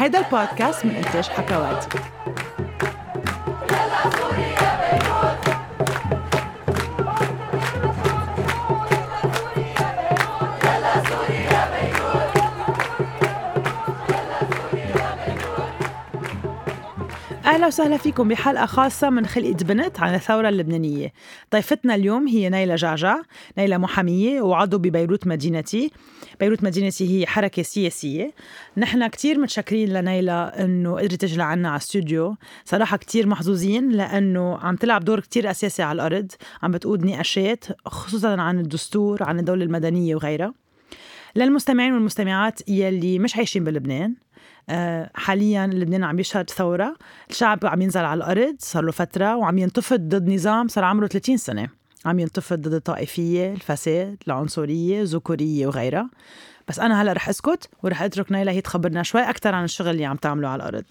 هيدا البودكاست من إنتاج حكوات. أهلا وسهلا فيكم بحلقة خاصة من خلقة بنت عن الثورة اللبنانية. ضيفتنا اليوم هي نيلة جعجع. نيلة محامية وعضو ببيروت مدينتي. بيروت مدينتي هي حركة سياسية. نحن كتير متشكرين لنيلة أنه قدرت تجي لعنا على استوديو. صراحة كتير محظوظين لأنه عم تلعب دور كتير أساسي على الأرض، عم بتقود نقاشات خصوصا عن الدستور، عن الدولة المدنية وغيرها. للمستمعين والمستمعات يلي مش عايشين بلبنان، حالياً لبنان عم يشهد ثورة، الشعب عم ينزل على الأرض صار له فترة وعم ينتفض ضد نظام صار عمره 30 سنة، عم ينتفض ضد الطائفية، الفساد، العنصرية، الذكورية وغيرها. بس أنا هلأ رح أسكت ورح أترك نيلة هي تخبرنا شوي أكتر عن الشغل اللي عم تعمله على الأرض.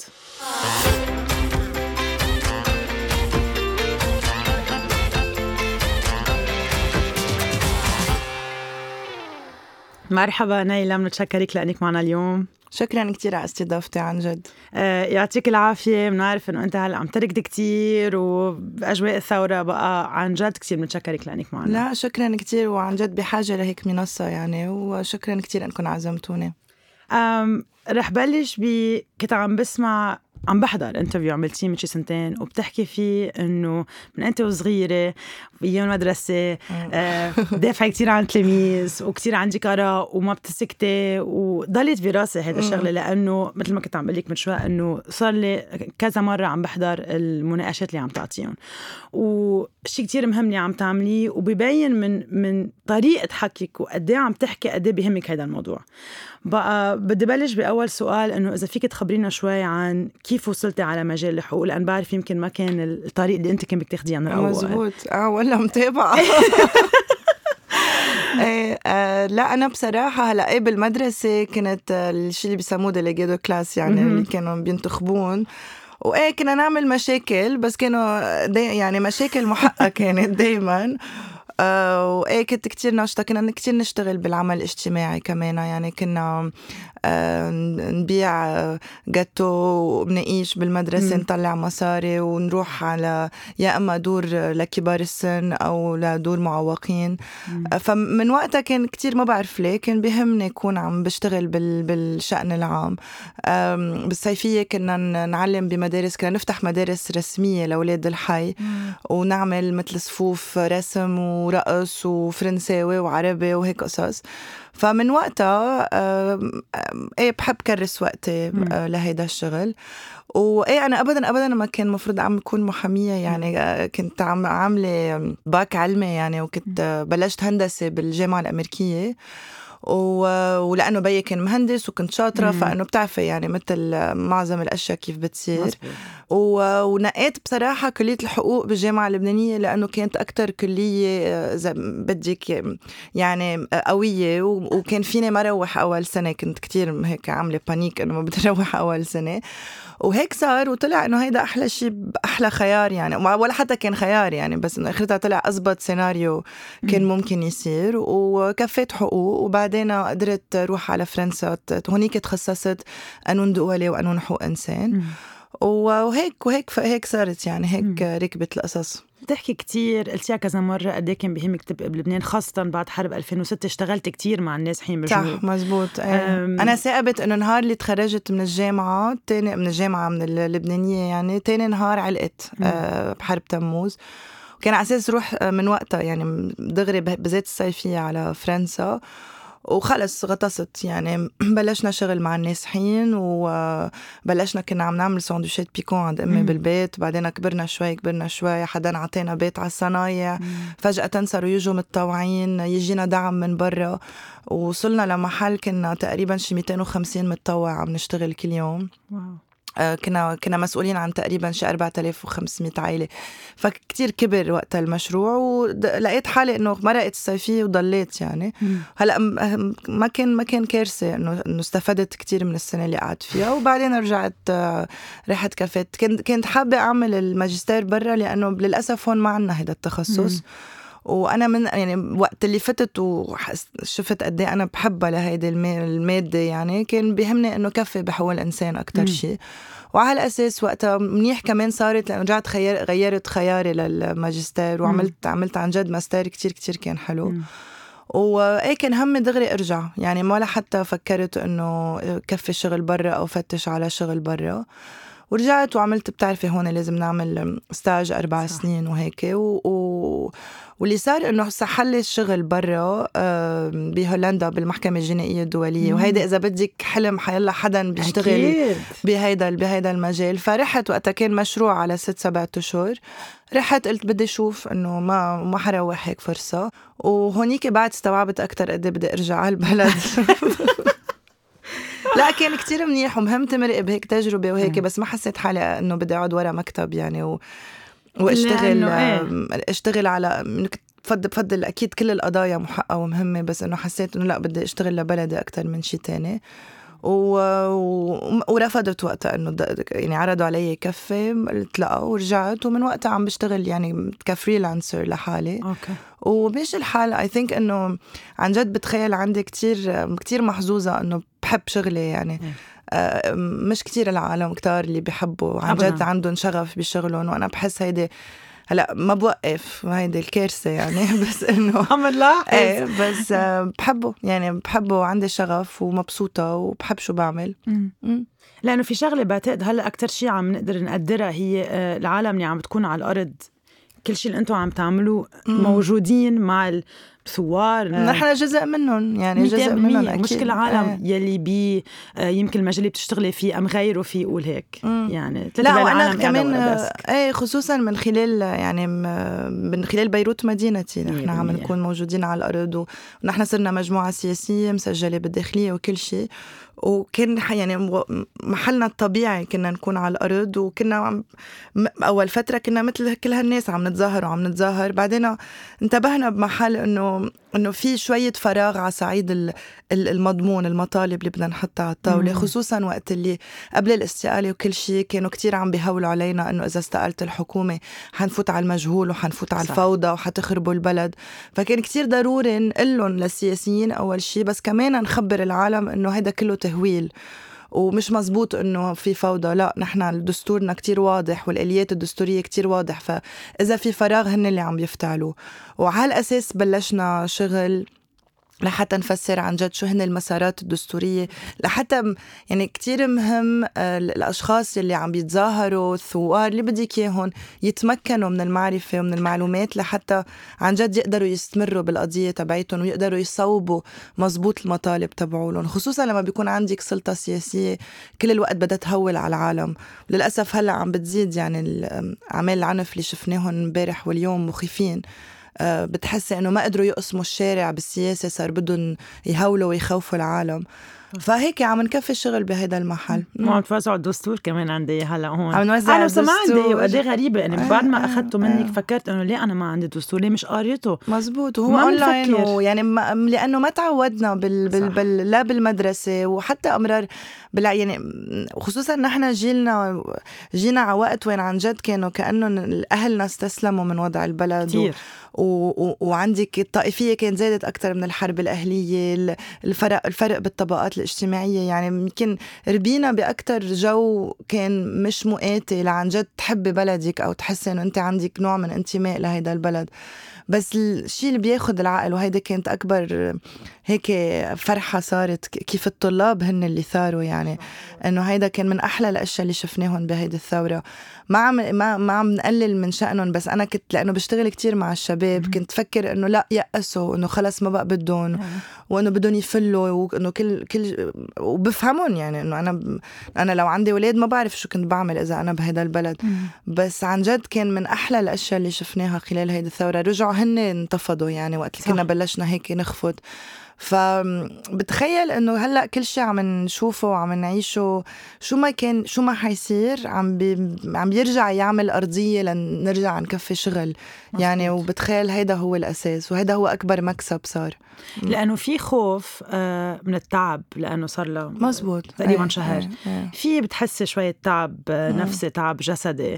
مرحبا نيلة، منتشكرك لأنك معنا اليوم. شكراً كتير على استضافتي عن جد. يعطيك العافية. بنعرف إنه أنت هلأ عم تركض كتير وبأجواء الثورة، بقى عن جد كتير منتشكرك لأنك معنا. لا شكراً كتير، وعن جد بحاجة لهيك منصة يعني، وشكراً كتير أنكم عزمتوني. رح بلش كنت عم بحضر انترفيو عملتيه من شي سنتين وبتحكي فيه إنه من أنت وصغيرة بأيام المدرسة دافعي كتير عن التلاميذ وكتير عندك آراء وما بتسكتي، وضلت في راسي هذا الشغلة، لأنه مثل ما كنت عم بقولك من شوي إنه صار لي كذا مرة عم بحضر المناقشات اللي عم تعطيهم، وشي كتير مهم اللي عم تعمليه، وبيبين من طريقة حكيك وقديه عم تحكي قديه بيهمك هذا الموضوع. بقى بدي بلش بأول سؤال، إنه إذا فيك تخبرينا شوي عن كيف وصلتي على مجال الحقوق، لأن بعرف يمكن ما كان الطريق اللي أنت كان بدك تاخديه من الأول. مزبوط. ولا متابعة. لا أنا بصراحة هلأ بالمدرسة كانت الشيء اللي بيسموه ديليجيدو كلاس، يعني اللي كانوا بينتخبون، كنا نعمل مشاكل، بس كانوا يعني مشاكل محققة كانت دايماً. كنت كتير ناشطة، كنا كتير نشتغل بالعمل الاجتماعي كمان، يعني كنا نبيع جاتو وبنقيش بالمدرسة، نطلع مصاري ونروح على يا أما دور لكبار السن أو لدور معوقين. فمن وقتها كان كتير، ما بعرف ليه، كان بيهمني يكون عم بشتغل بالشأن العام. بالصيفية كنا نعلم بمدارس، كنا نفتح مدارس رسمية لأولاد الحي ونعمل مثل صفوف رسم ورقص وفرنساوي وعربي وهيك قصص. فمن وقتها بحب كرس وقتي لهيدا الشغل. أنا أبداً ما كان مفروض عم أكون محامية، يعني كنت عاملة باك علمي يعني، وكنت بلشت هندسة بالجامعة الأمريكية، ولأنه بيي كان مهندس وكنت شاطرة، فأنه بتعرفي يعني مثل معظم الأشياء كيف بتصير. ونقيت بصراحة كلية الحقوق بالجامعة اللبنانية، لأنه كانت أكتر كلية بدك يعني قوية، وكان فيني ما روح أول سنة، كنت كتير هيك عاملة بانيك أنه ما بدي روح أول سنة، وهيك صار. وطلع إنه هيدا أحلى شيء، أحلى خيار يعني، ولا حتى كان خيار يعني، بس إنه آخرتها طلع أزبط سيناريو كان ممكن يصير. وكفيت حقوق، وبعدين قدرت أروح على فرنسا، هونيك تخصصت قانون دولي وقانون حقوق إنسان، وهيك صارت يعني، هيك ركبت القصص. تحكي كتير، قلتيها كذا مرة قد ايه كان بيهمك تبقى بلبنان، خاصة بعد حرب 2006 اشتغلت كتير مع الناس حين بالجنوب. صح مزبوط. أنا ثابت إنه نهار اللي تخرجت من الجامعة من اللبنانية يعني، تاني نهار علقت بحرب تموز، وكان على أساس روح من وقتها يعني دغري بزيت الصيفية على فرنسا، وخلص غطست يعني. بلشنا شغل مع الناس حين، وبلشنا كنا عم نعمل ساندويشات بيكون عند أمي بالبيت. بعدين كبرنا شوي حدا عطينا بيت على الصنايع، فجأة صاروا يجوا متطوعين، يجينا دعم من برا، ووصلنا لمحل كنا تقريبا شي 250 متطوع عم نشتغل كل يوم. واو. كنا مسؤولين عن تقريبا شي 4500 عائلة، فكتير كبر وقت المشروع. ولقيت حالي انه مرقت الصيفية وضليت يعني. هلا ما كان كارثة، انه استفدت كتير من السنة اللي قعدت فيها. وبعدين رجعت رحت كافيت. كنت حابة اعمل الماجستير برا، لانه للاسف هون ما عنا هيدا التخصص، وأنا من يعني وقت اللي فتت وشفت قد ايه أنا بحبها لهيدي المادة، يعني كان بيهمني إنه كفي بحقوق الإنسان أكتر شيء. وعلى الأساس وقتها منيح كمان صارت، لأنه رجعت غيرت خياري للماجستير وعملت عن جد ماستر كتير كان حلو. وإيه كان همي دغري أرجع، يعني ما ولا حتى فكرت إنه كفي شغل برا أو فتش على شغل برا. ورجعت وعملت، بتعرفي هون لازم نعمل ستاج 4 سنين وهيك. واللي صار إنه سحلي الشغل برا بهولندا بالمحكمة الجنائية الدولية. وهيدا إذا بدك حلم حيلا حدا بيشتغل بهيدا المجال. فرحت وقتها كان مشروع على 6-7 أشهر. رحت قلت بدي أشوف إنه ما حروح هيك فرصة. وهونيك بعد استوعبت أكتر قد بدي أرجع على البلد. لا كان كتير منيح ومهم تمرق بهيك تجربة وهيك، بس ما حسيت حالي إنه بدي أقعد ورا مكتب يعني اشتغل على بفضل أكيد كل القضايا محققة ومهمة، بس إنه حسيت إنه لا بدي أشتغل لبلدي أكتر من شي تاني. ورفضت وقتها إنه يعني عرضوا علي كفي، قلت لا ورجعت. ومن وقتها عم بشتغل يعني كفريلانسر لحالي. وبيش الحال I think إنه عن جد بتخيل عندي كتير محظوظة إنه بحب شغلي يعني. مش كتير العالم كتار اللي بيحبوا عن جد عندهم شغف بشغلهم، وأنا بحس هيدي هلا ما بوقف هيدي الكارثة يعني. بس إنه بس بحبه وعندي شغف ومبسوطة وبحب شو بعمل. لأنه في شغلة بعتقد هلا أكتر شيء عم نقدر نقدرها هي العالم اللي عم بتكون على الأرض. كل شيء اللي أنتوا عم تعملوه موجودين مع الثوار، نحن جزء منهم يعني جزء منهم أكيد. مش كل العالم يلي يمكن المجال اللي بتشتغلي فيه أم غيره فيه يقول هيك يعني. لا وأنا كمان خصوصا من خلال يعني من خلال بيروت مدينتي نحن عم نكون موجودين على الأرض. ونحن صرنا مجموعة سياسية مسجلة بالداخلية وكل شيء. وكان يعني محلنا الطبيعي كنا نكون على الأرض. وكنا أول فترة كنا مثل كل هالناس عم نتظاهر. بعدين انتبهنا بمحل إنه في شوية فراغ على صعيد المضمون، المطالب اللي بدنا نحطها على الطاولة. خصوصا وقت اللي قبل الاستقالة وكل شيء كانوا كتير عم بيهولوا علينا إنه إذا استقالت الحكومة حنفوت على المجهول وحنفوت على الفوضى وحتخربوا البلد. فكان كتير ضروري نقلهم للسياسيين أول شيء، بس كمان نخبر العالم إنه هيدا كله تهويل ومش مزبوط إنه في فوضى. لا نحن دستورنا كتير واضح والآليات الدستورية كتير واضح، فإذا في فراغ هن اللي عم يفتعلوا. وعلى الأساس بلشنا شغل لحتى نفسر عن جد شو هن المسارات الدستورية، لحتى يعني كتير مهم الأشخاص اللي عم بيتظاهروا الثوار اللي بديك إياهم يتمكنوا من المعرفة ومن المعلومات لحتى عن جد يقدروا يستمروا بالقضية تبعيتهم ويقدروا يصوبوا مزبوط المطالب تبعولهم. خصوصا لما بيكون عندك سلطة سياسية كل الوقت بدها تهول على العالم. للأسف هلأ عم بتزيد يعني أعمال العنف اللي شفناهم امبارح واليوم مخيفين. بتحسي إنه ما قدروا يقسموا الشارع بالسياسة، صار بدهم يهولوا ويخوفوا العالم. فهيك عم نكفي الشغل بهيدا المحل. عم توزعوا الدستور كمان عندي هلا هون. عم نوزع أنا سمعت عندي وقدي غريبة يعني بعد ما أخذته منك فكرت إنه ليه أنا ما عندي دستور، ليه مش قاريته. مزبوط. وهو أونلاين يعني لأنه ما تعودنا لا بالمدرسة وحتى أمرار يعني خصوصا نحن جينا على وقت وين عن جد كانوا كأنه أهلنا استسلموا من وضع البلد وعندك الطائفية كان زادت أكتر من الحرب الأهلية. الفرق بالطبقات الاجتماعية يعني يمكن ربينا بأكتر جو كان مش مؤاتي لعن جد تحبي بلدك أو تحسي إنه أنت عندك نوع من انتماء لهيدا البلد. بس الشيء اللي بياخد العقل وهيدا كانت أكبر هيك فرحة صارت كيف الطلاب هن اللي ثاروا يعني إنه هيدا كان من أحلى الأشياء اللي شفناهم بهيدي الثورة. ما عم نقلل من شأنهم، بس أنا كنت لأنه بشتغل كتير مع الشباب كنت فكر إنه لا يأسوا إنه خلص ما بقى بدهم وإنه بدهم يفلوا وإنه كل وبفهمون يعني إنه أنا لو عندي ولاد ما بعرف شو كنت بعمل إذا أنا بهيدا البلد. بس عن جد كان من أحلى الأشياء اللي شفناها خلال هيدي الثورة. رجعوا هن انتفضوا يعني وقت كنا بلشنا هيك نخفض. فبتخيل انه هلا كل شيء عم نشوفه وعم نعيشه شو ما حيصير عم بيرجع يعمل أرضية لنرجع نكفي شغل يعني. وبتخيل هيدا هو الأساس وهيدا هو أكبر مكسب صار، لأنه في خوف من التعب، لأنه صار له مزبوط تقريبا شهر. في بتحس شوية تعب نفسي، تعب جسدي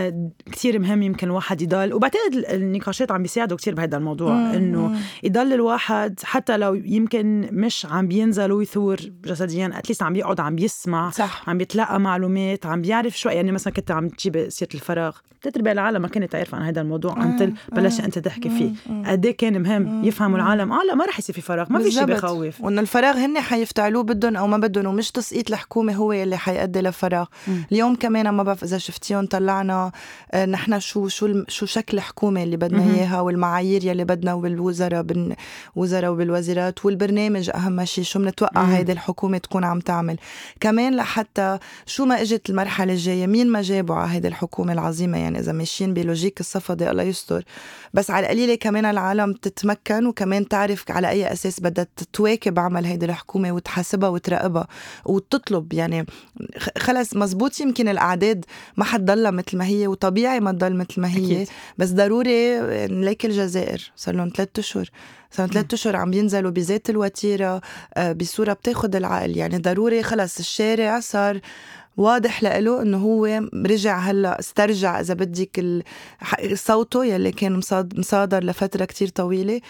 كتير مهم. يمكن الواحد يضل، وبعتقد النقاشات عم بيساعدوا كتير بهذا الموضوع، إنه يضل الواحد حتى لو يمكن مش عم بينزل ويثور جسديا، أتليست عم بيقعد، عم بيسمع، صح. عم بيتلقى معلومات، عم بيعرف شوي. يعني مثلا كنت عم تجيب سيرة الفراغ، تتربي العالم ما كنت تعرف عن هذا الموضوع أنت بلش أنت تحكي فيه. قديه كان مهم يفهموا العالم لا ما رح يصير في فراغ، ما في شيء بخوف، وإن الفراغ هن حيفتعلوه بدهم أو ما بدهم، ومش تسقيط الحكومة هو اللي حيؤدي لفراغ. اليوم كمان ما بعرف إذا شفتيهم طلعنا نحن شو شكل الحكومة اللي بدنا إياها والمعايير يلي بدنا والوزراء وبالوزارات والبرنامج أهم شيء شو منتوقع هيدي الحكومة تكون عم تعمل كمان، لحتى شو ما إجت المرحلة الجاية مين ما جابوا على هيدي الحكومة العظيمة. يعني إذا ماشيين بلوجيك الصفدي الله يستر، بس على القليلة كمان العالم تتمكن وكمان تعرف على أي أساس بدها تواكب عمل هيدي الحكومة وتحاسبها وتراقبها وتطلب. يعني خلص مزبوط يمكن الأعداد ما حتضلها مثل ما هي، وطبيعي ما تضل مثل ما هي أكيد. بس ضروري نلاقي الجزائر صار لهم 3 أشهر، صار 3 أشهر عم بينزلوا بذات الوتيرة بصورة بتاخد العقل. يعني ضروري خلص الشارع صار واضح له انه هو رجع هلا استرجع اذا بدك صوته يلي كان مصادر لفتره كتير طويله،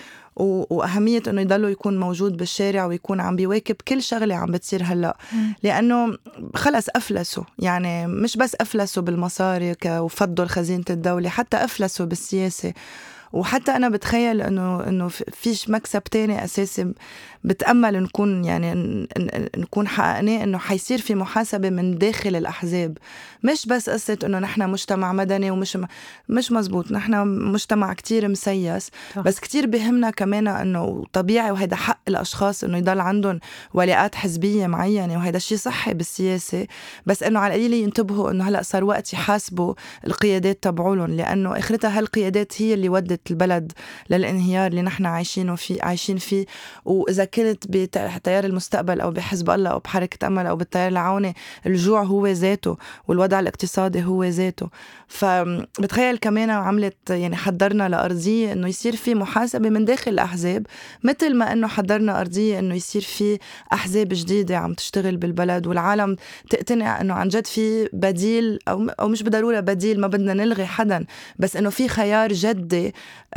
واهميه انه يضلوا يكون موجود بالشارع ويكون عم بيواكب كل شغله عم بتصير هلا، لانه خلص افلسوا. يعني مش بس افلسوا بالمصاري وفضوا خزينه الدوله، حتى افلسوا بالسياسه. وحتى أنا بتخيل إنه فيش مكسب تاني أساسي بتأمل نكون يعني نكون حققناه، إنه حيصير في محاسبة من داخل الأحزاب، مش بس قصة إنه نحن مجتمع مدني مش مزبوط، نحن مجتمع كتير مسيس، بس كتير بهمنا كمان إنه طبيعي وهيدا حق الأشخاص إنه يضل عندهم ولاءات حزبية معينة، وهيدا شيء صحي بالسياسة، بس إنه على القليل ينتبهوا إنه هلأ صار وقت يحاسبوا القيادات تبعولهم، لأنه آخرتها هالقيادات هي اللي ودت البلد للانهيار اللي نحن عايشين فيه. وإذا كنت بتيار المستقبل أو بحزب الله أو بحركة أمل أو بالتيار العوني، الجوع هو ذاته والوضع الاقتصادي هو ذاته. فبتخيل كمان عملت يعني حضرنا لأرضية إنه يصير في محاسبة من داخل الأحزاب، مثل ما إنه حضرنا أرضية إنه يصير في أحزاب جديدة عم تشتغل بالبلد، والعالم تقتنع إنه عن جد في بديل أو مش بالضرورة بديل، ما بدنا نلغي حدا، بس إنه في خيار جدي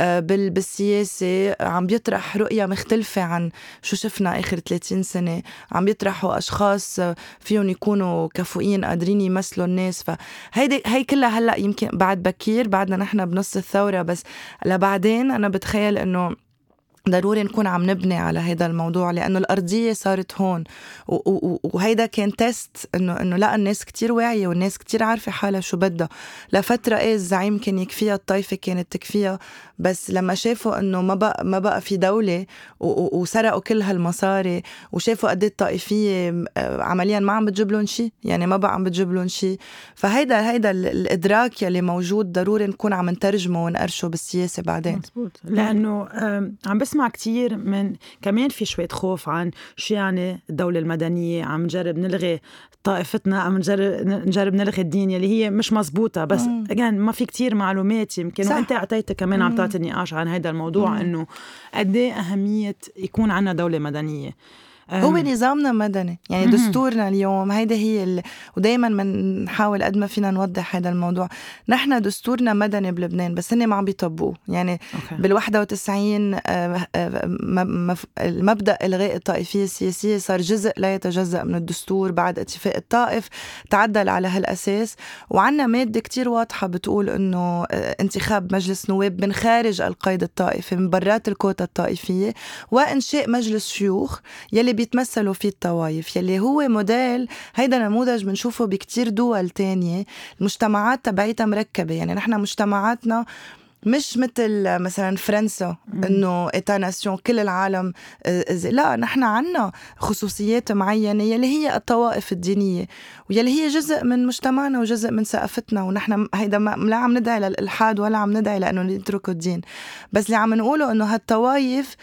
بالسياسة عم بيطرح رؤية مختلفة عن شو شفنا آخر 30 سنة، عم بيطرحوا أشخاص فيهم يكونوا كفؤين قادرين يمثلوا الناس. هي كلها هلأ يمكن بعد بكير، بعدنا نحن بنص الثورة، بس لبعدين أنا بتخيل إنه ضروري نكون عم نبني على هذا الموضوع، لأنه الأرضية صارت هون، وهيدا كان تيست إنه لا الناس كتير واعية والناس كتير عارفة حالها شو بدها. لفترة الزعيم كان يكفيها، الطائفة كانت تكفيها، بس لما شافوا إنه ما بقى في دولة وسرقوا كل هالمصاري وشافوا قد الطائفية عمليا ما عم بتجيب لهم شيء، يعني ما بقى عم بتجيب لهم شيء. فهيدا الإدراك يلي موجود ضروري نكون عم نترجمه ونقرشه بالسياسة بعدين. مزبوط. لأنه عم بسمع كتير من كمان في شوية خوف عن شو يعني الدولة المدنية، عم نجرب نلغي طائفتنا، عم نجرب نلغي الدين يلي هي مش مزبوطة، بس ما في كتير معلومات يمكن، وانت اعطيت كمان عم تعطي نقاش عن هذا الموضوع، انه قد ايه أهمية يكون عنا دولة مدنية. هو نظامنا مدني، يعني دستورنا اليوم هيدا هي ودايما منحاول قد ما فينا نوضح هذا الموضوع. نحن دستورنا مدني بلبنان، بس هن ما عم بيطبقوه. يعني بال91 المبدأ إلغاء الطائفية السياسية صار جزء لا يتجزأ من الدستور بعد اتفاق الطائف، تعدل على هالأساس. وعنا مادة كتير واضحة بتقول إنه انتخاب مجلس نواب من خارج القيد الطائفي، من برات الكوتا الطائفية، وإنشاء مجلس شيوخ يلي بيتمثلوا فيه الطوائف، يلي هو موديل. هيدا نموذج بنشوفه بكتير دول تانية، المجتمعات تبعيتها مركبة. يعني نحن مجتمعاتنا مش مثل مثلا فرنسا انه ايتا ناسيون كل العالم، لا نحن عنا خصوصيات معينة يلي هي الطوائف الدينية، ويلي هي جزء من مجتمعنا وجزء من ثقافتنا. ونحن هيدا لا عم ندعي للإلحاد ولا عم ندعي لأنه يتركوا الدين، بس اللي عم نقوله انه هالطوائف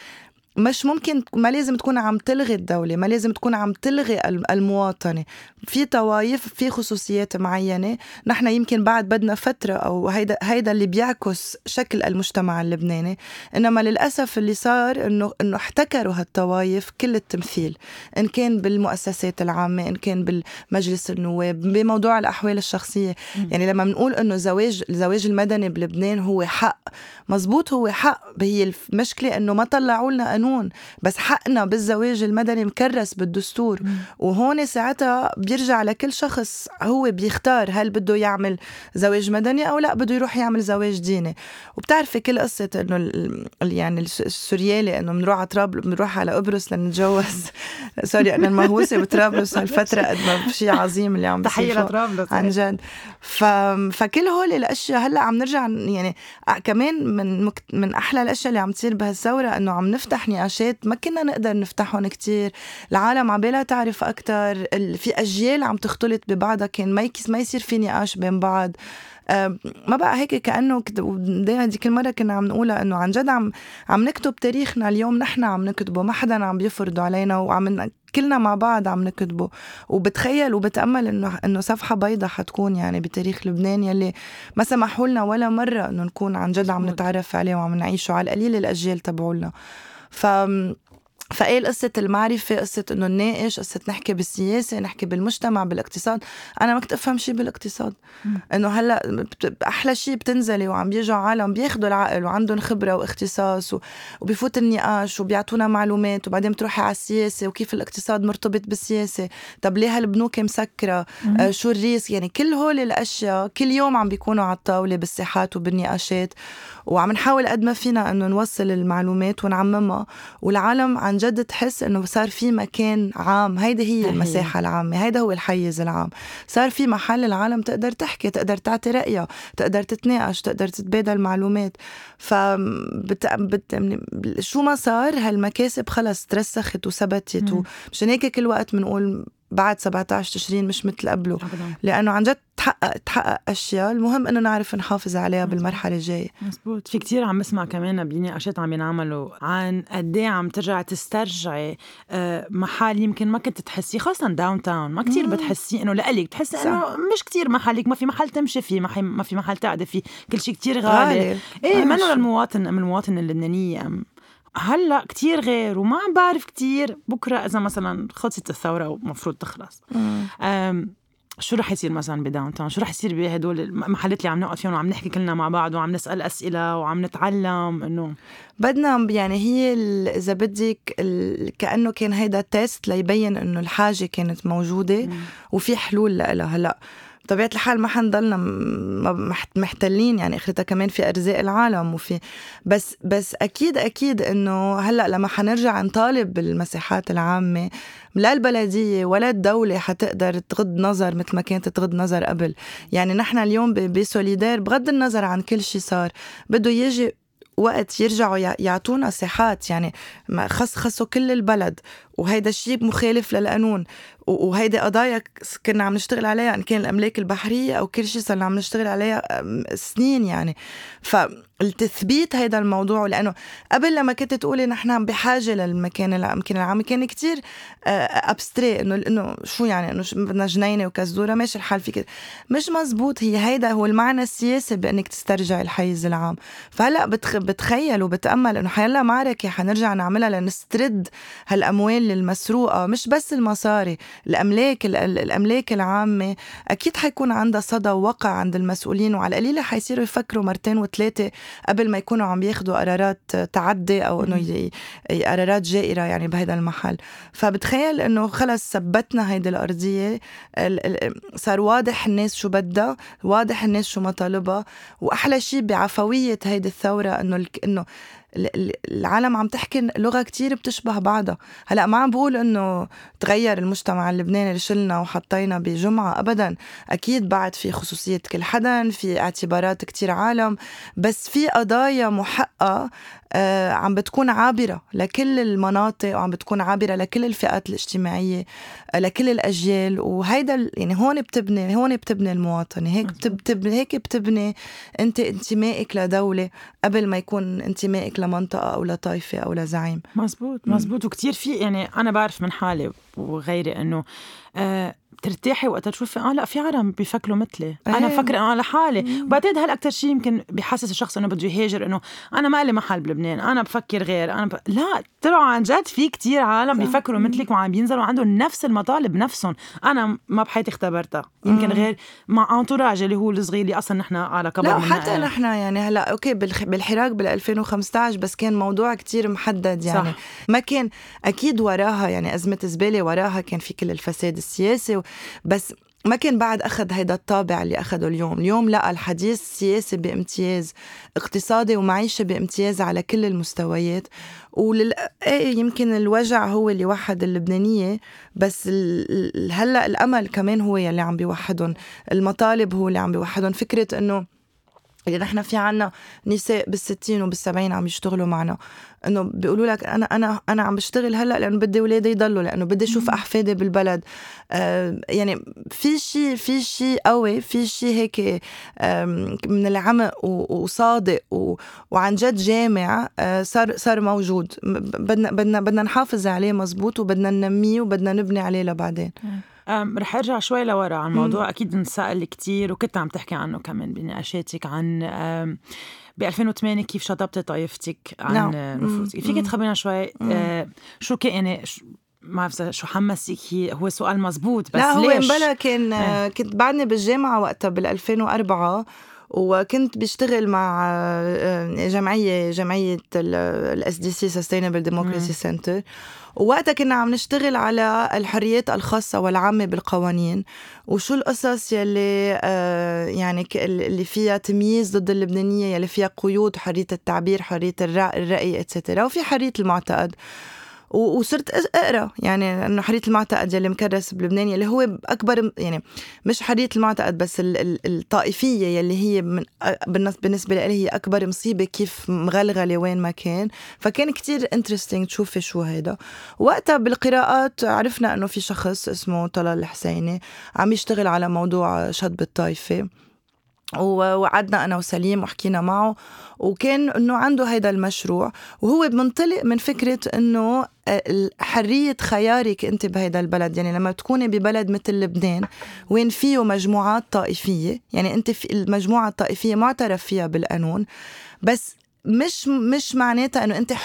مش ممكن، ما لازم تكون عم تلغي الدولة، ما لازم تكون عم تلغي المواطنة. في طوائف، في خصوصيات معينة نحن يمكن بعد بدنا فترة، أو هيدا اللي بيعكس شكل المجتمع اللبناني. إنما للأسف اللي صار إنه احتكروا هالطوائف كل التمثيل، إن كان بالمؤسسات العامة، إن كان بالمجلس النواب، بموضوع الأحوال الشخصية. يعني لما بنقول إنه الزواج المدني بلبنان هو حق، مزبوط هو حق، هي المشكلة إنه ما طلعوا لنا قانون، بس حقنا بالزواج المدني مكرس بالدستور. وهون ساعتها بيرجع لكل شخص هو بيختار هل بده يعمل زواج مدني أو لا بده يروح يعمل زواج ديني. وبتعرفي كل قصة إنه يعني السوريالي إنه بنروح على طرابلس، بنروح على قبرص لنتجوز. سوري أنا المهووسة بطرابلس هالفترة قد ما شيء عظيم اللي عم بيصير. تحية لطرابلس عن جد. فكل هول الأشياء هلا عم نرجع يعني كمان من أحلى الأشياء اللي عم تصير بهالثورة إنه عم نفتح نقاشات ما كنا نقدر نفتحهم كتير. العالم عبالها تعرف أكتر، في أجيال عم تختلط ببعضها، كان ما يصير في نقاش بين بعض. ما بقى هيك كأنه دايما دي كل مرة كنا عم نقولها إنه عن جد عم نكتب تاريخنا اليوم، نحن عم نكتبه، ما حدا عم بيفرضه علينا، كلنا مع بعض عم نكتبه. وبتخيل وبتأمل إنه صفحة بيضة حتكون يعني بتاريخ لبنان يلي ما سمحوا لنا ولا مرة إنه نكون عن جد عم نتعرف عليه وعم نعيشه، على القليل الأجيال تبعولنا. فايه قصة المعرفة، قصة انه نناقش، قصة نحكي بالسياسة، نحكي بالمجتمع، بالاقتصاد. انا ما كنت افهم شيء بالاقتصاد، انه هلا احلى شيء بتنزلي وعم بيجوا عالم بياخدوا العقل وعندهم خبرة واختصاص وبيفوت النقاش وبيعطونا معلومات، وبعدين بتروحي على السياسة وكيف الاقتصاد مرتبط بالسياسة، طب ليه هالبنوك مسكرة، شو الريسك. يعني كل هول الاشياء كل يوم عم بيكونوا على الطاولة بالساحات وبالنقاشات، وعم نحاول قد ما فينا انه نوصل المعلومات ونعممها، والعالم عن جد تحس انه صار في مكان عام. هيدي هي المساحة العامة، هيدا هو الحيز العام. صار في محل العالم تقدر تحكي، تقدر تعطي رأيها، تقدر تتناقش، تقدر تتبادل معلومات. شو ما صار هالمكاسب خلص ترسخت وثبتت. ومشان هيك كل وقت بنقول بعد 17 تشرين مش مثل قبله، لأنه عن جد تحقق أشياء. المهم إنه نعرف نحافظ عليها بالمرحلة الجاية. مزبوط. في كتير عم بسمع كمان بنقاشات عم ينعملوا عن قديه عم ترجع تسترجعي محل يمكن ما كنت تحسي، خاصة داون تاون ما كتير بتحسي إنه لقلك، بتحسي إنه مش كتير محلك، ما في محل تمشي فيه، ما في محل تقعدي فيه، كل شيء كتير غالي. إيه منه للمواطن اللبنانية. هلأ كتير غير، وما عم بعرف كتير بكرة إذا مثلا خلصت الثورة ومفروض تخلص شو رح يصير مثلا بداون تاون، شو رح يصير بهدول المحلات اللي عم نقعد فيهم وعم نحكي كلنا مع بعض وعم نسأل أسئلة وعم نتعلم. إنه بدنا يعني هي إذا بدك كأنه كان هيدا تيست ليبين إنه الحاجة كانت موجودة وفي حلول لها. هلأ بطبيعة الحال ما حنضلنا محتلين، يعني اخرتها كمان في أرزاق العالم وفي بس أكيد إنه هلأ لما حنرجع نطالب بالمساحات العامة، لا البلدية ولا الدولة حتقدر تغض نظر مثل ما كانت تغض نظر قبل. يعني نحن اليوم بسوليدار بغض النظر عن كل شيء صار بده يجي وقت يرجعوا يعطونا ساحات، يعني خصوا كل البلد، وهيدا الشيء مخالف للقانون، وهيدا قضايا كنا عم نشتغل عليها إن كان الأملاك البحرية أو كل شيء صرنا عم نشتغل عليها سنين. يعني فالتثبيت هيدا الموضوع، لأنه قبل لما كنت تقولي نحن بحاجة للمكان العام كان كتير أبستري، إنه شو يعني إنه بدنا جنينة وكزدورة ماشي الحال في كده، مش مزبوط. هيدا هو المعنى السياسي بأنك تسترجع الحيز العام. فهلأ بتخيل وبتأمل إنه حيلا معركة حنرجع نعملها لنسترد هالأموال المسروقة، مش بس المصاري، الأملاك العامة. أكيد حيكون عندها صدى ووقع عند المسؤولين، وعلى القليلة حيصيروا يفكروا مرتين وثلاثة قبل ما يكونوا عم بياخدوا قرارات تعدي أو إنه قرارات جائرة يعني بهذا المحل. فبتخيل إنه خلص ثبتنا هيدي الأرضية، صار واضح الناس شو بدها، واضح الناس شو مطالبها. وأحلى شيء بعفوية هيدي الثورة إنه العالم عم تحكي لغة كتير بتشبه بعضها. هلأ ما عم بقول إنه تغير المجتمع اللبناني اللي شلنا وحطينا بجمعة أبدا، أكيد بعد في خصوصية كل حدا، في اعتبارات كتير عالم، بس في قضايا محقة عم بتكون عابرة لكل المناطق، وعم بتكون عابرة لكل الفئات الاجتماعية، لكل الأجيال. وهيدا يعني هون بتبني المواطنة، هيك بتبني انت انتمائك لدولة قبل ما يكون انتمائك انتمائك لمنطقة أو لطائفة أو لزعيم. مزبوط. وكتير في يعني أنا بعرف من حالي وغيري إنه ترتاحي وقت تشوفي لا في عالم بيفكروا مثلي، انا فكر انه على حالي. وبعدين هل اكتر شيء يمكن بيحسس الشخص انه بده يهاجر، انه انا ما لي محل بلبنان، انا بفكر غير، لا طلعوا عن جد في كتير عالم بيفكروا مثلك وعم بينزلوا عندهم نفس المطالب نفسهم. انا ما بحياتي اختبرتها، يمكن غير مع انتوراج اللي هو الصغير اللي اصلا نحن على كبر لا حتى نحن يعني هلا اوكي بالحراك بال 2015 بس كان موضوع كتير محدد يعني. صح. ما كان اكيد وراها يعني ازمه زباله، وراها كان في كل الفساد السياسي بس ما كان بعد أخذ هيدا الطابع اللي أخده اليوم لا، الحديث سياسي بامتياز، اقتصادي ومعيشة بامتياز على كل المستويات. يمكن الوجع هو اللي وحد اللبنانية، بس هلأ الأمل كمان هو اللي عم بيوحدهم، المطالب هو اللي عم بيوحدهم. فكرة إنه إذا نحن في عنا نساء بال60 وبال70 عم يشتغلوا معنا، إنه بيقولوا لك أنا عم بشتغل هلأ لأنه بدي ولادي يضلوا، لأنه بدي أشوف أحفادي بالبلد. يعني في شيء قوي، في شيء هيك من العمق وصادق وعن جد جامع صار موجود. بدنا نحافظ عليه مزبوط، وبدنا ننميه وبدنا نبني عليه لبعدين. رح أرجع شوي لورا عن الموضوع. أكيد نسأل كتير وكنت عم تحكي عنه كمان بنقاشاتك عن ب 2008 كيف شطبت طائفتك عن نفوذك. فيك تخبرنا شوي شو كان يعني ما بعرف شو حمسك؟ هو سؤال مزبوط بس لا هو ليش؟ مبلا كنت بعدني بالجامعة وقتها بال 2004 وكنت بشتغل مع جمعية ال SDC Sustainable Democracy Center، ووقتها كنا عم نشتغل على الحريات الخاصة والعامة بالقوانين، وشو القصص يلي يعني اللي فيها تمييز ضد اللبنانية، يلي فيها قيود، حرية التعبير، حرية الرأي etc. وفي حرية المعتقد. وصرت أقرأ يعني أنه حرية المعتقد يلي مكرس بلبنان، يلي هو أكبر يعني مش حرية المعتقد بس الطائفية يلي هي بالنسبة لي هي أكبر مصيبة كيف مغلغلة وين ما كان. فكان كتير interesting تشوفي شو هيدا. وقتها بالقراءات عرفنا أنه في شخص اسمه طلال الحسيني عم يشتغل على موضوع شطب الطائفة، وقعدنا أنا وسليم وحكينا معه، وكان أنه عنده هيدا المشروع، وهو منطلق من فكرة أنه حرية خيارك أنت بهيدا البلد. يعني لما تكوني ببلد مثل لبنان وين فيه مجموعات طائفية، يعني أنت في المجموعة الطائفية معترف فيها بالقانون، بس مش معناتها أنه أنت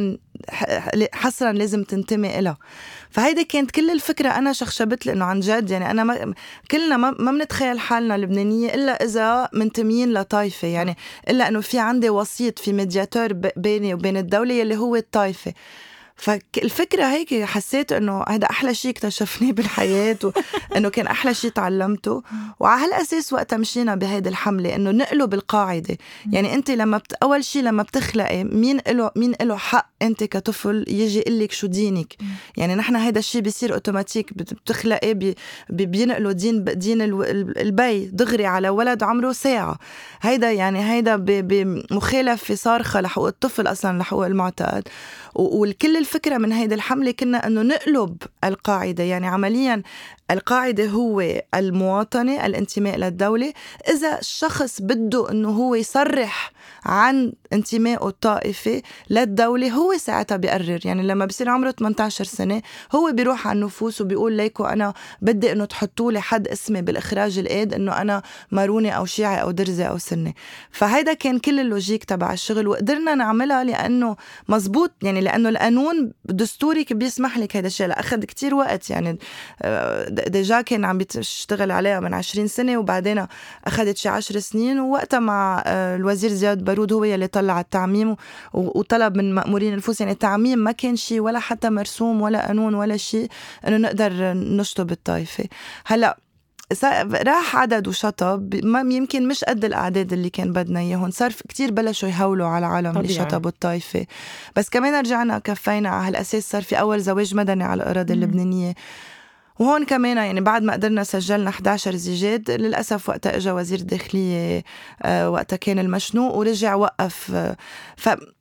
حصرا لازم تنتمي إلها. فهيدا كانت كل الفكرة. أنا شخشبت لأنه عن جد يعني أنا كلنا ما منتخيل حالنا لبنانية إلا إذا منتميين لطائفة، يعني إلا أنه في عندي وسيط، في ميدياتور بيني وبين الدولة يلي هو الطائفة. فالفكرة هيك حسيت أنه هذا أحلى شيء اكتشفناه بالحياة، وأنه كان أحلى شيء تعلمته. وعلى هالأساس وقتها مشينا بهيدي الحملة أنه نقلب القاعدة. يعني أنت لما أول شيء لما بتخلقي مين له حق أنت كطفل يجي يقلك شو دينك. يعني نحن هيدا الشيء بيصير أوتوماتيك، بتخلقي بينقلوا دين البي دغري على ولد عمره ساعة. هيدا بمخالفة صارخة لحقوق الطفل أصلا، لحقوق المعتقد. والكل الفكرة من هيدا الحملة كنا أنه نقلب القاعدة. يعني عمليا القاعدة هو المواطنة، الانتماء للدولة. إذا الشخص بده أنه هو يصرح عن انتمائه الطائفي للدولة، هو ساعتها بيقرر. يعني لما بصير عمره 18 سنة هو بيروح على النفوس وبيقول ليكو أنا بدي أنه تحطوا لي حد اسمي بالإخراج القيد أنه أنا ماروني أو شيعي أو درزي أو سني. فهيدا كان كل اللوجيك تبع الشغل، وقدرنا نعملها لأنه مزبوط. يعني لأنه القانون دستوري بيسمح لك هيدا الشيء. أخذ كتير وقت، يعني ديجا كان عم بيشتغل عليها من 20 سنة، وبعدين أخذت شي 10 سنين. ووقتها مع الوزير زياد بارود هو يلي طلع التعميم وطلب من مأمورين النفوس. يعني التعميم ما كان شي ولا حتى مرسوم ولا قانون ولا شي أنه نقدر نشطب الطائفة. هلأ راح عدد وشطب، يمكن مش قد الأعداد اللي كان بدنا إياهم. صار كتير بلشوا يهولوا على العالم اللي شطبوا الطائفة، بس كمان رجعنا كفينا على هالأساس. صار في أول زواج مدني على الأراضي اللبنانية، وهون كمان يعني بعد ما قدرنا سجلنا 11 زيجات. للأسف وقتها إجا وزير الداخلية وقتها كان المشنوق ورجع وقف.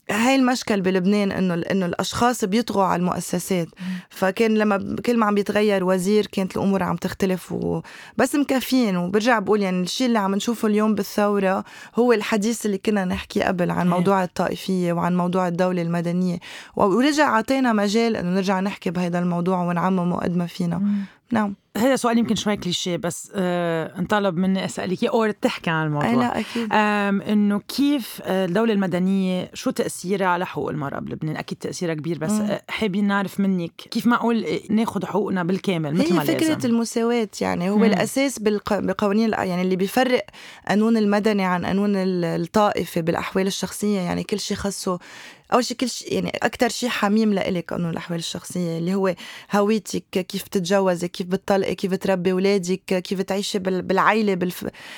هاي المشكل بلبنان إنه الأشخاص بيطغوا على المؤسسات. فكان لما كل ما عم بيتغير وزير كانت الأمور عم تختلف بس مكافيين. وبرجع بقول يعني الشيء اللي عم نشوفه اليوم بالثورة هو الحديث اللي كنا نحكي قبل عن موضوع الطائفية وعن موضوع الدولة المدنية، ورجع عطينا مجال إنه نرجع نحكي بهذا الموضوع ونعممه قد ما فينا. نعم. هذا سؤال يمكن شوي كليشيه بس انطلب مني أسألك أو تحكي عن الموضوع. لا أكيد. إنه كيف الدولة المدنية شو تأثيرها على حقوق المرأة بلبنان؟ أكيد تأثيرها كبير، بس حابين نعرف منك كيف معقول ناخد حقوقنا بالكامل مثل ما لازم. هي فكرة المساواة يعني هو الأساس بقوانين يعني اللي بيفرق قانون المدني عن قانون الطائفة بالأحوال الشخصية. يعني كل شيء خاصه أول شيء كل شيء يعني أكتر شيء حميم لإلك قانون الأحوال الشخصية اللي هو هويتك، كيف تتجوزي، كيف بتطلقي، كيف تربي أولادك، كيف تعيشي بالعائلة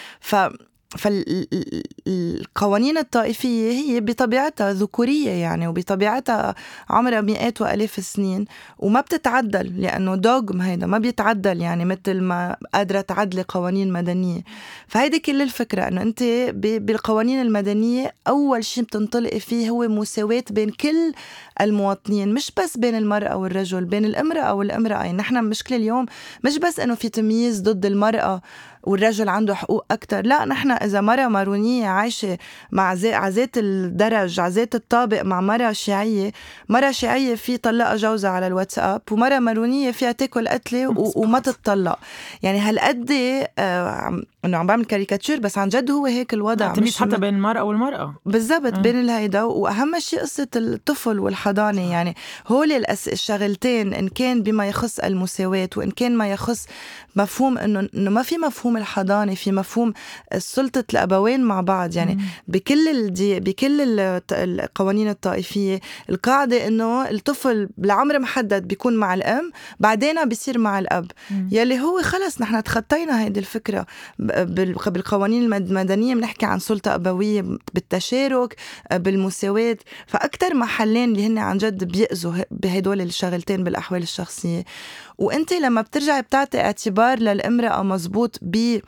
فالقوانين الطائفية هي بطبيعتها ذكورية يعني، وبطبيعتها عمرها مئات وألاف السنين وما بتتعدل لأنه دوغم هيدا ما بيتعدل يعني مثل ما قادرة تعدل قوانين مدنية. فهيدي كل الفكرة أنه أنت بالقوانين المدنية أول شيء بتنطلق فيه هو مساواة بين كل المواطنين، مش بس بين المرأة والرجل، بين الامرأة والامرأة. يعني نحن مشكلة اليوم مش بس أنه في تمييز ضد المرأة والرجل عنده حقوق أكتر، لا نحن إذا مرة مارونية عايشة مع عزات الدرج عزات الطابق مع مرة شيعية في طلقة جوزها على الواتساب، ومرة مارونية فيها تاكل قتلة وما تتطلق. يعني هالقد إنه عم بعمل كاريكاتير بس عن جد هو هيك الوضع. مش حتى بين المرأة والمرأة بالضبط بين الهيدا. وأهم شيء قصة الطفل والحضانة. يعني هول الشغلتين إن كان بما يخص المساواة وإن كان ما يخص مفهوم إنه ما في مفهوم الحضانة، في مفهوم سلطة الأبوين مع بعض. يعني بكل القوانين الطائفية القاعدة إنه الطفل بالعمر محدد بيكون مع الأم بعدين بيصير مع الأب. يلي هو خلص نحن تخطينا هيدي الفكرة. بالقوانين المدنية بنحكي عن سلطة أبوية بالتشارك بالمساواة. فأكتر محلين اللي هن عن جد بيأذوا بهدول الشغلتين بالأحوال الشخصية. وانت لما بترجع بتعطي اعتبار للامرأة مزبوط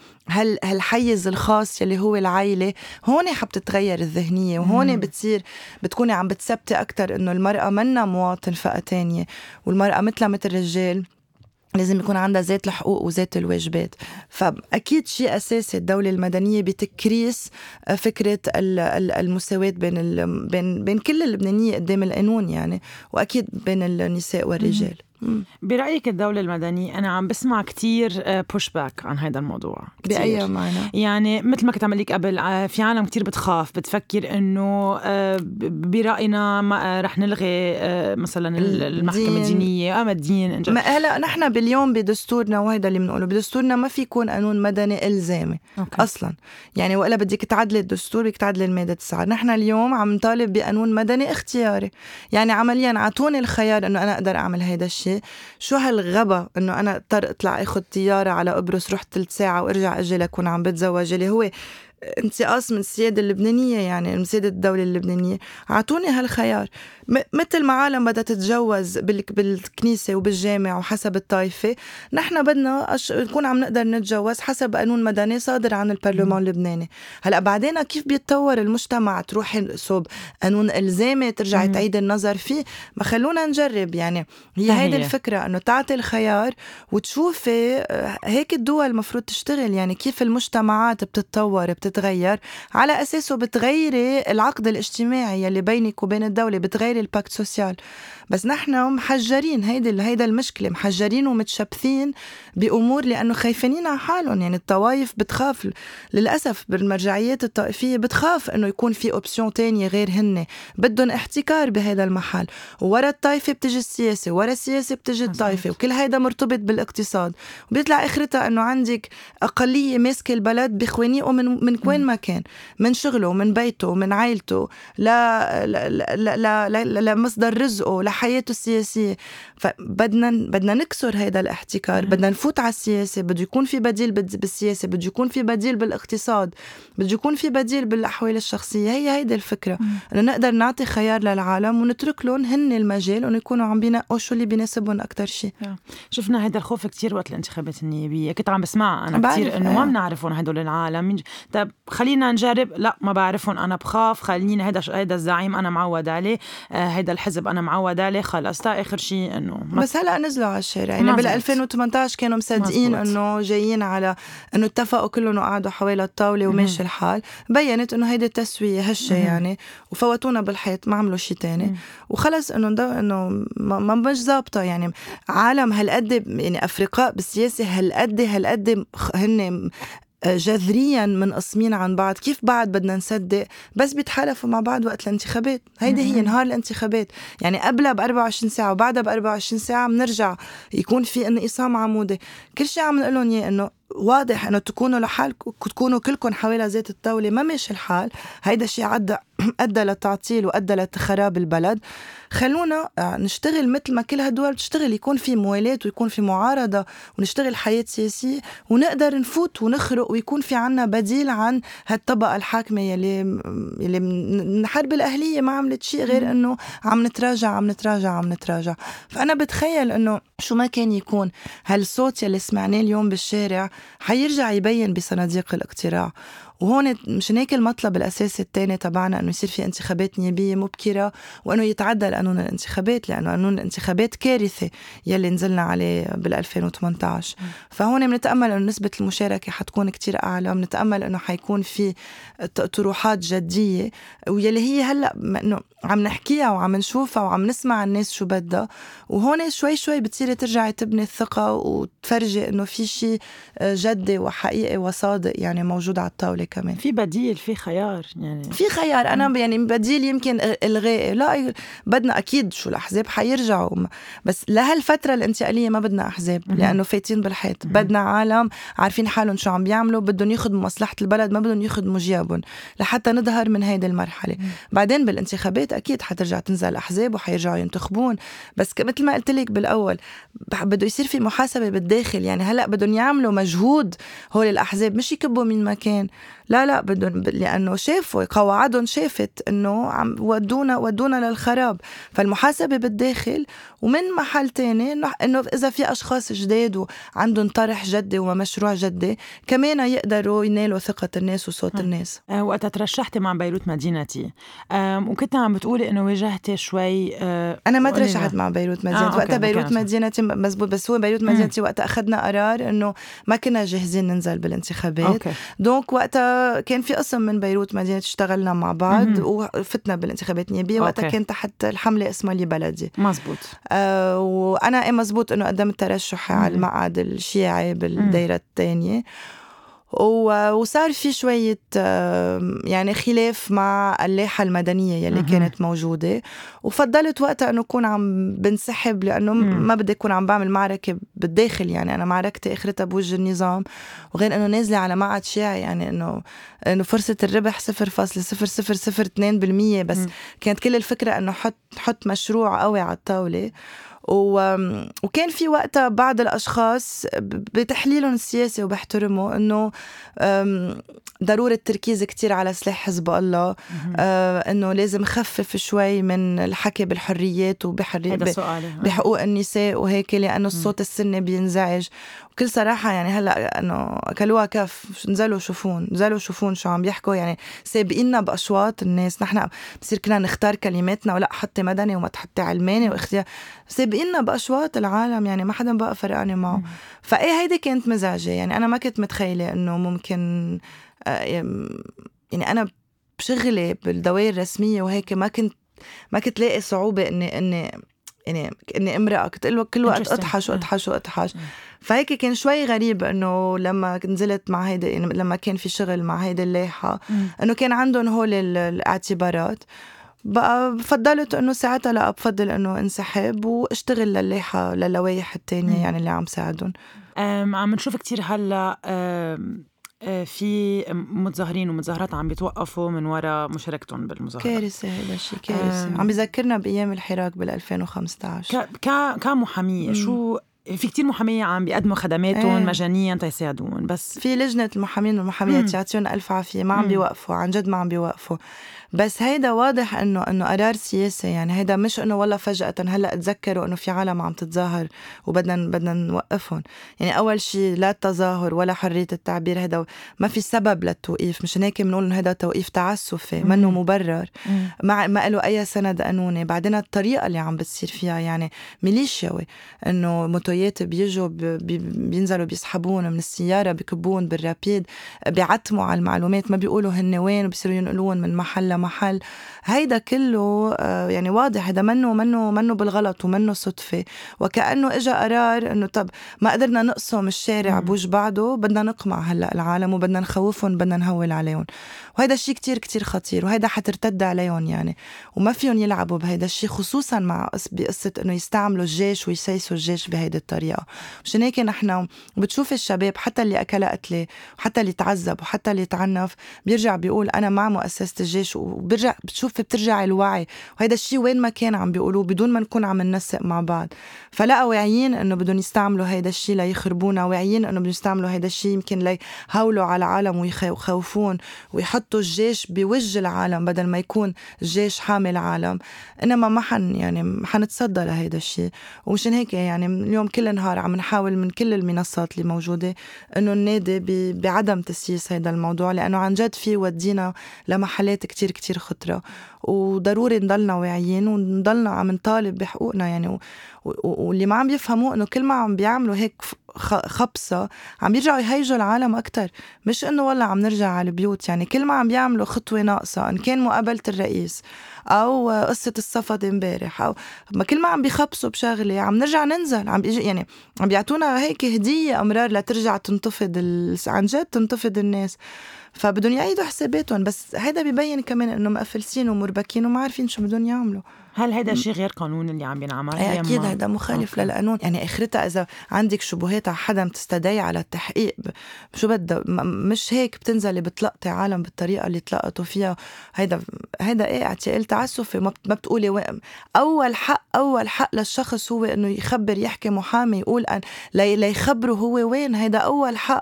بهالحيز الخاص يلي هو العائلة، هون حبتتغير الذهنية وهون بتكوني عم بتثبتي أكتر إنه المرأة منا مواطن فئة تانية، والمرأة مثل الرجال لازم يكون عندها ذات الحقوق وذات الواجبات. فأكيد شيء أساسي الدولة المدنية بتكريس فكرة المساواة بين كل اللبنانية قدام القانون يعني، وأكيد بين النساء والرجال. برأيك الدولة المدنية أنا عم بسمع كتير push back عن هذا الموضوع كتير. بأي معنى؟ يعني مثل ما كنت عم لك قبل في عالم كتير بتخاف بتفكر إنه برأينا ما رح نلغي مثلا المحكمة الدينية الدين. هلا نحن باليوم بدستورنا وهذا اللي بنقوله بدستورنا ما في يكون قانون مدني إلزامي أصلا يعني، وإلا بدك تعدلي الدستور بدك تعدلي المادة 9. نحن اليوم عم نطالب بقانون مدني اختياري، يعني عمليا عطوني الخيار إنه أنا أقدر أعمل هيدا الشيء. شو هالغبا انه انا اضطر اطلع اخذ طياره على قبرص رحت 3 ساعة وارجع اجي لكون عم بتزوج، اللي هو انتقاص من السيادة اللبنانية يعني من سيادة الدولة اللبنانية. عطوني هالخيار مثل ما عالم بدها تتجوز بالكنيسة وبالجامع وحسب الطائفة، نحن بدنا نكون عم نقدر نتجوز حسب قانون مدني صادر عن البرلمان اللبناني. هلأ بعدين كيف بيتطور المجتمع تروحي صوب قانون إلزامي ترجعي تعيد النظر فيه؟ ما خلونا نجرب يعني. هي هيدي الفكرة انه تعطي الخيار وتشوفي هيك الدول المفروض تشتغل. يعني كيف المجتمعات بتتطور بتتغير على أساسه بتغيري العقد الاجتماعي اللي بينك وبين الدولة، بتغيري الباكت سوسيال. بس نحن محجرين هيدا المشكلة، محجرين ومتشبثين بأمور لأنه خايفين على حالهم. يعني الطوائف بتخاف للأسف بالمرجعيات الطائفية بتخاف أنه يكون في أوبسيون تانية غير هن، بدهم احتكار بهذا المحل. وورا الطائفة بتجي السياسة، ورا السياسة بتجي الطائفة، وكل هيدا مرتبط بالاقتصاد. وبيطلع آخرتها أنه عندك أقلية ماسكة البلد بخوانيقه من وين ما كان، من شغله من بيته من عائلته لمصدر رزقه لحياته السياسية. فبدنا نكسر هذا الاحتكار، بدنا نفوت على السياسة. بده يكون في بديل بالسياسة، بده يكون في بديل بالاقتصاد، بده يكون في بديل بالأحوال الشخصية. هيدا الفكرة أنه نقدر نعطي خيار للعالم ونترك لهم هن المجال أنه يكونوا عم بينقوا شو اللي بيناسبهم أكتر شيء. شفنا هذا الخوف كتير وقت الانتخابات النيابية، كنت عم بسمع أنا كتير أنه ما بنعرفون هدول العالم. طب خلينا نجرب، لا ما بعرفهم أنا بخاف، خليني هيدا الزعيم أنا معود عليه، هيدا الحزب أنا معود عليه، خلص تا آخر شيء إنه بس هلأ نزلوا على الشارع يعني بال 2018 كانوا مصدقين إنه جايين على إنه اتفقوا كلهم وقعدوا حوالي الطاولة وماشي الحال. بينت إنه هيدا التسوية هشة يعني، وفوتونا بالحيط ما عملوا شيء تاني وخلص إنه ده إنه ما مش ظابطة يعني. عالم هالقد يعني أفريقيا بالسياسة هالقد هن جذريا منقسمين عن بعض. كيف بعد بدنا نصدق بس بيتحالفوا مع بعض وقت الانتخابات؟ هيدي هي نهار الانتخابات يعني، قبلها ب24 ساعة وبعدها ب24 ساعة بنرجع يكون في انقسام عمودي. كل شيء عم نقولهم اياه انه واضح انه تكونوا لحالكم، تكونوا كلكم حوالي ذات الطاولة، ما ماشي الحال. هيدا الشيء أدى للتعطيل وأدى لخراب البلد. خلونا نشتغل مثل ما كل هالدول بتشتغل، يكون في موالات ويكون في معارضة ونشتغل حياة سياسية ونقدر نفوت ونخرق ويكون في عنا بديل عن هالطبقة الحاكمة يلي الحرب الأهلية ما عملت شيء غير أنه عم نتراجع. فأنا بتخيل أنه شو ما كان يكون هالصوت يلي سمعناه اليوم بالشارع حيرجع يبين بصناديق الاقتراع. وهون مشان هيك المطلب الأساسي الثاني تبعنا أنه يصير في انتخابات نيابية مبكرة وأنه يتعدل قانون الانتخابات، لأنه قانون الانتخابات كارثة يلي نزلنا عليه بال2018. فهون بنتأمل أنه نسبة المشاركة حتكون كتير أعلى، بنتأمل أنه حيكون في طروحات جدية ويلي هي هلأ أنه عم نحكيها وعم نشوفها وعم نسمع الناس شو بدها. وهون شوي بتصير ترجع تبني الثقة وتفرجي أنه في شيء جدي وحقيقي وصادق يعني موجود على الطاولة. كمان في بديل، في خيار يعني، في خيار. أنا يعني بديل يمكن إلغائي، لا بدنا أكيد شو الأحزاب حيرجعوا، بس لهالفترة الانتقالية ما بدنا أحزاب لأنه فايتين بالحيط. بدنا عالم عارفين حالهم شو عم بيعملوا، بدهم يخدموا مصلحة البلد، ما بدهم يخدموا جيابهم لحتى نظهر من هيدا المرحلة. بعدين بالانتخابات أكيد حترجع تنزل أحزاب وحيرجعوا ينتخبون، بس مثل ما قلت لك بالأول بده يصير في محاسبة بالداخل. يعني هلأ بدهم يعملوا مجهود هول الأحزاب، مش يكبوا من مكان، لا بدون، لأنه شافوا قواعدهم شافت إنه عم ودونا للخراب. فالمحاسبة بالداخل، ومن محل تاني إنه إذا في أشخاص جداد وعندهم طرح جدي ومشروع جدي كمان يقدروا ينالوا ثقة الناس وصوت الناس. وقت ترشحتي مع بيروت مدينتي وكنت عم بتقولي إنه واجهتي شوي أنا ما ترشحت مع بيروت مدينتي وقتها. بيروت مدينتي مزبوط، بس هو بيروت مدينتي وقتها أخذنا قرار إنه ما كنا جاهزين ننزل بالانتخابات. دونك وقتها كان في قسم من بيروت مدينة اشتغلنا مع بعض وفتنا بالانتخابات النيابية. وقتها كان تحت الحملة اسمها لي بلدي. مزبوط. وأنا مزبوط إنه قدمت ترشح على المقعد الشيعي بالدائرة الثانية. وصار في شوية يعني خلاف مع اللائحة المدنية يلي كانت موجودة، وفضلت وقتها أنه أكون عم بنسحب لأنه ما بدي أكون عم بعمل معركة بالداخل. يعني أنا معركتي آخرتها بوجه النظام، وغير أنه نازلة على مقعد شيعي يعني أنه فرصة الربح 0.002%. بس كانت كل الفكرة أنه حط مشروع قوي على الطاولة. وكان في وقتها بعض الأشخاص بتحليلهم السياسي وبحترمه أنه ضرورة تركيز كتير على سلاح حزب الله، أنه لازم خفف شوي من الحكي بالحريات بحقوق النساء وهيك، لأنه الصوت السني بينزعج. وكل صراحة يعني هلأ أنه كلوها كف، نزلوا شوفون شو عم بيحكوا. يعني سابقيننا بأشواط الناس، نحن بصير كنا نختار كلماتنا، ولا حطي مدني وما تحطي علماني واختيار، سابقيننا بأشواط العالم يعني ما حدا بقى فرقاني معه. فأي هيدي كانت مزعجة. يعني أنا ما كنت متخيلة أنه ممكن يعني أنا بشغلي بالدوائر الرسمية وهيك ما كنت لاقي صعوبة إني امرأة. كنت أقول كل وقت أطحش. فهيك كان شوي غريب إنه لما نزلت مع هيدا، يعني لما كان في شغل مع هيدا اللائحة إنه كان عندهم هول الاعتبارات. بقى فضلت إنه ساعتها لا بفضل إنه انسحب واشتغل للائحة للوائح التانية يعني اللي عم ساعدهم. عم نشوف كتير هلا في متظاهرين ومتظاهرات عم بيتوقفوا من وراء مشاركتهم بالمظاهرات. كارثة هذا الشيء، كارثة. عم بيذكرنا بأيام الحراك بال2015. كمحامية شو في كتير محامية عم بيقدموا خدماتهم مجانيا تيساعدون، بس في لجنة المحامين والمحاميات يعطيون ألف عافية، ما عم بيوقفوا، عن جد ما عم بيوقفوا. بس هيدا واضح إنه قرار سياسي، يعني هيدا مش إنه والله فجأة هلأ تذكروا إنه في عالم عم تتظاهر وبدنا نوقفهم. يعني أول شيء لا التظاهر ولا حرية التعبير، هيدا ما في سبب للتوقيف. مشان هيك بنقول إنه هيدا توقيف تعسفي منه مبرر، ما له أي سند قانوني. بعدين الطريقة اللي عم بتصير فيها يعني ميليشياوي، إنه موتويات بيجوا بينزلوا بيسحبون من السيارة، بيكبون بالرابيد، بيعتموا على المعلومات، ما بيقولوا هن وين، وبيصيروا ينقلون من محل محل. هيدا كله يعني واضح هيدا منه بالغلط ومنه صدفة، وكأنه إجا قرار إنه طب ما قدرنا نقسم الشارع بوج بعضه، بدنا نقمع هلأ العالم وبدنا نخوفهم، بدنا نهول عليهم. وهيدا الشيء كتير كتير خطير، وهيدا حترتد عليهم يعني، وما فيهم يلعبوا بهيدا الشيء، خصوصا مع بقصة إنه يستعملوا الجيش ويسيسوا الجيش بهيدا الطريقة. مشان هيك نحن بتشوف الشباب حتى اللي أكل قتلة وحتى اللي تعذب وحتى اللي تعنف بيرجع بيقول أنا مع مؤسسة الجيش، وبرجع بترجع الوعي. وهيدا الشيء وين ما كان عم بيقولوه بدون ما نكون عم ننسق مع بعض. فلا واعيين إنه بدهم يستعملوا هيدا الشيء ليخربونا، واعيين إنه بدهم يستعملوا هيدا الشيء يمكن ليهولوا على العالم ويخوفون ويحطوا الجيش بوجه العالم بدل ما يكون الجيش حامل العالم. إنما ما حنتصدى لهيدا الشيء. ومشان هيك يعني اليوم كل نهار عم نحاول من كل المنصات اللي موجودة إنه النادي بعدم تسييس هيدا الموضوع، لأنه عن جد فيه ودينا لمحلات كتير كتير خطرة. وضروري نضلنا واعيين ونضلنا عم نطالب بحقوقنا يعني. واللي ما عم يفهموا إنه كل ما عم بيعملوا هيك خبصة عم بيرجعوا يهيجوا العالم أكتر، مش إنه والله عم نرجع على البيوت. يعني كل ما عم بيعملوا خطوة ناقصة، إن كان مقابلة الرئيس أو قصة الصفد امبارح، أو ما كل ما عم بيخبصوا بشغلة عم نرجع ننزل، عم بيجي يعني عم بيعطونا هيك هدية أمرار لترجع تنتفض عن جد تنتفض الناس. فبدهم يعيدوا حساباتهم. بس هيدا بيبين كمان إنه مقفلسين ومربكين وما عارفين شو بدهم يعملوا. هل هيدا الشيء غير قانوني اللي عم بينعمل؟ أكيد هيدا مخالف للقانون. يعني آخرتها إذا عندك شبهات على حدا بتستدعي على التحقيق، شو بدها؟ مش هيك بتنزلي بتلقطي عالم بالطريقة اللي تلقطوا فيها. هيدا إيه؟ اعتقال تعسفي. ما بتقولي أول حق للشخص هو إنه يخبر، يحكي محامي يقول ليخبره هو وين. هيدا أول حق.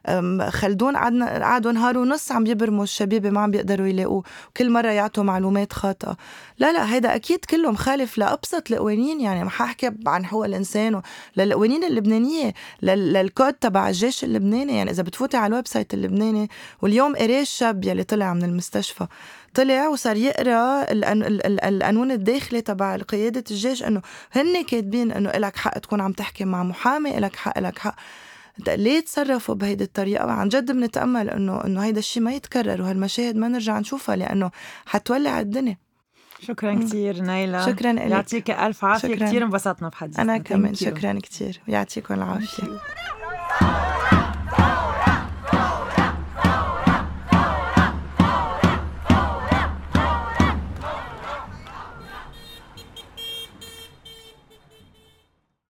خلدون قعدوا نهار ونص عم يبرموا الشبيبة، ما عم بيقدروا يلاقوه، كل مرة يعطوا معلومات خاطئة. لا هيدا أكيد كله مخالف لأبسط القوانين. يعني ما حاحكي عن حقوق الإنسان للقوانين اللبنانية، للكود تبع الجيش اللبناني. يعني إذا بتفوتي على الويب سايت اللبناني، واليوم قريش شاب يلي طلع من المستشفى، طلع وصار يقرأ القانون الداخلي تبع قيادة الجيش، إنه هن كاتبين إنه إلك حق تكون عم تحكي مع محامي، إلك حق. ليه تصرفوا بهيدي الطريقة؟ عن جد بنتأمل إنه هيدا الشيء ما يتكرر، وهالمشاهد ما نرجع نشوفها، لأنه حتولع الدنيا. شكرا كتير نايلة، شكرا لك، يعطيك ألف عافية. كتير انبسطنا بحديثنا. أنا كمان شكرا كتير، ويعطيكم العافية.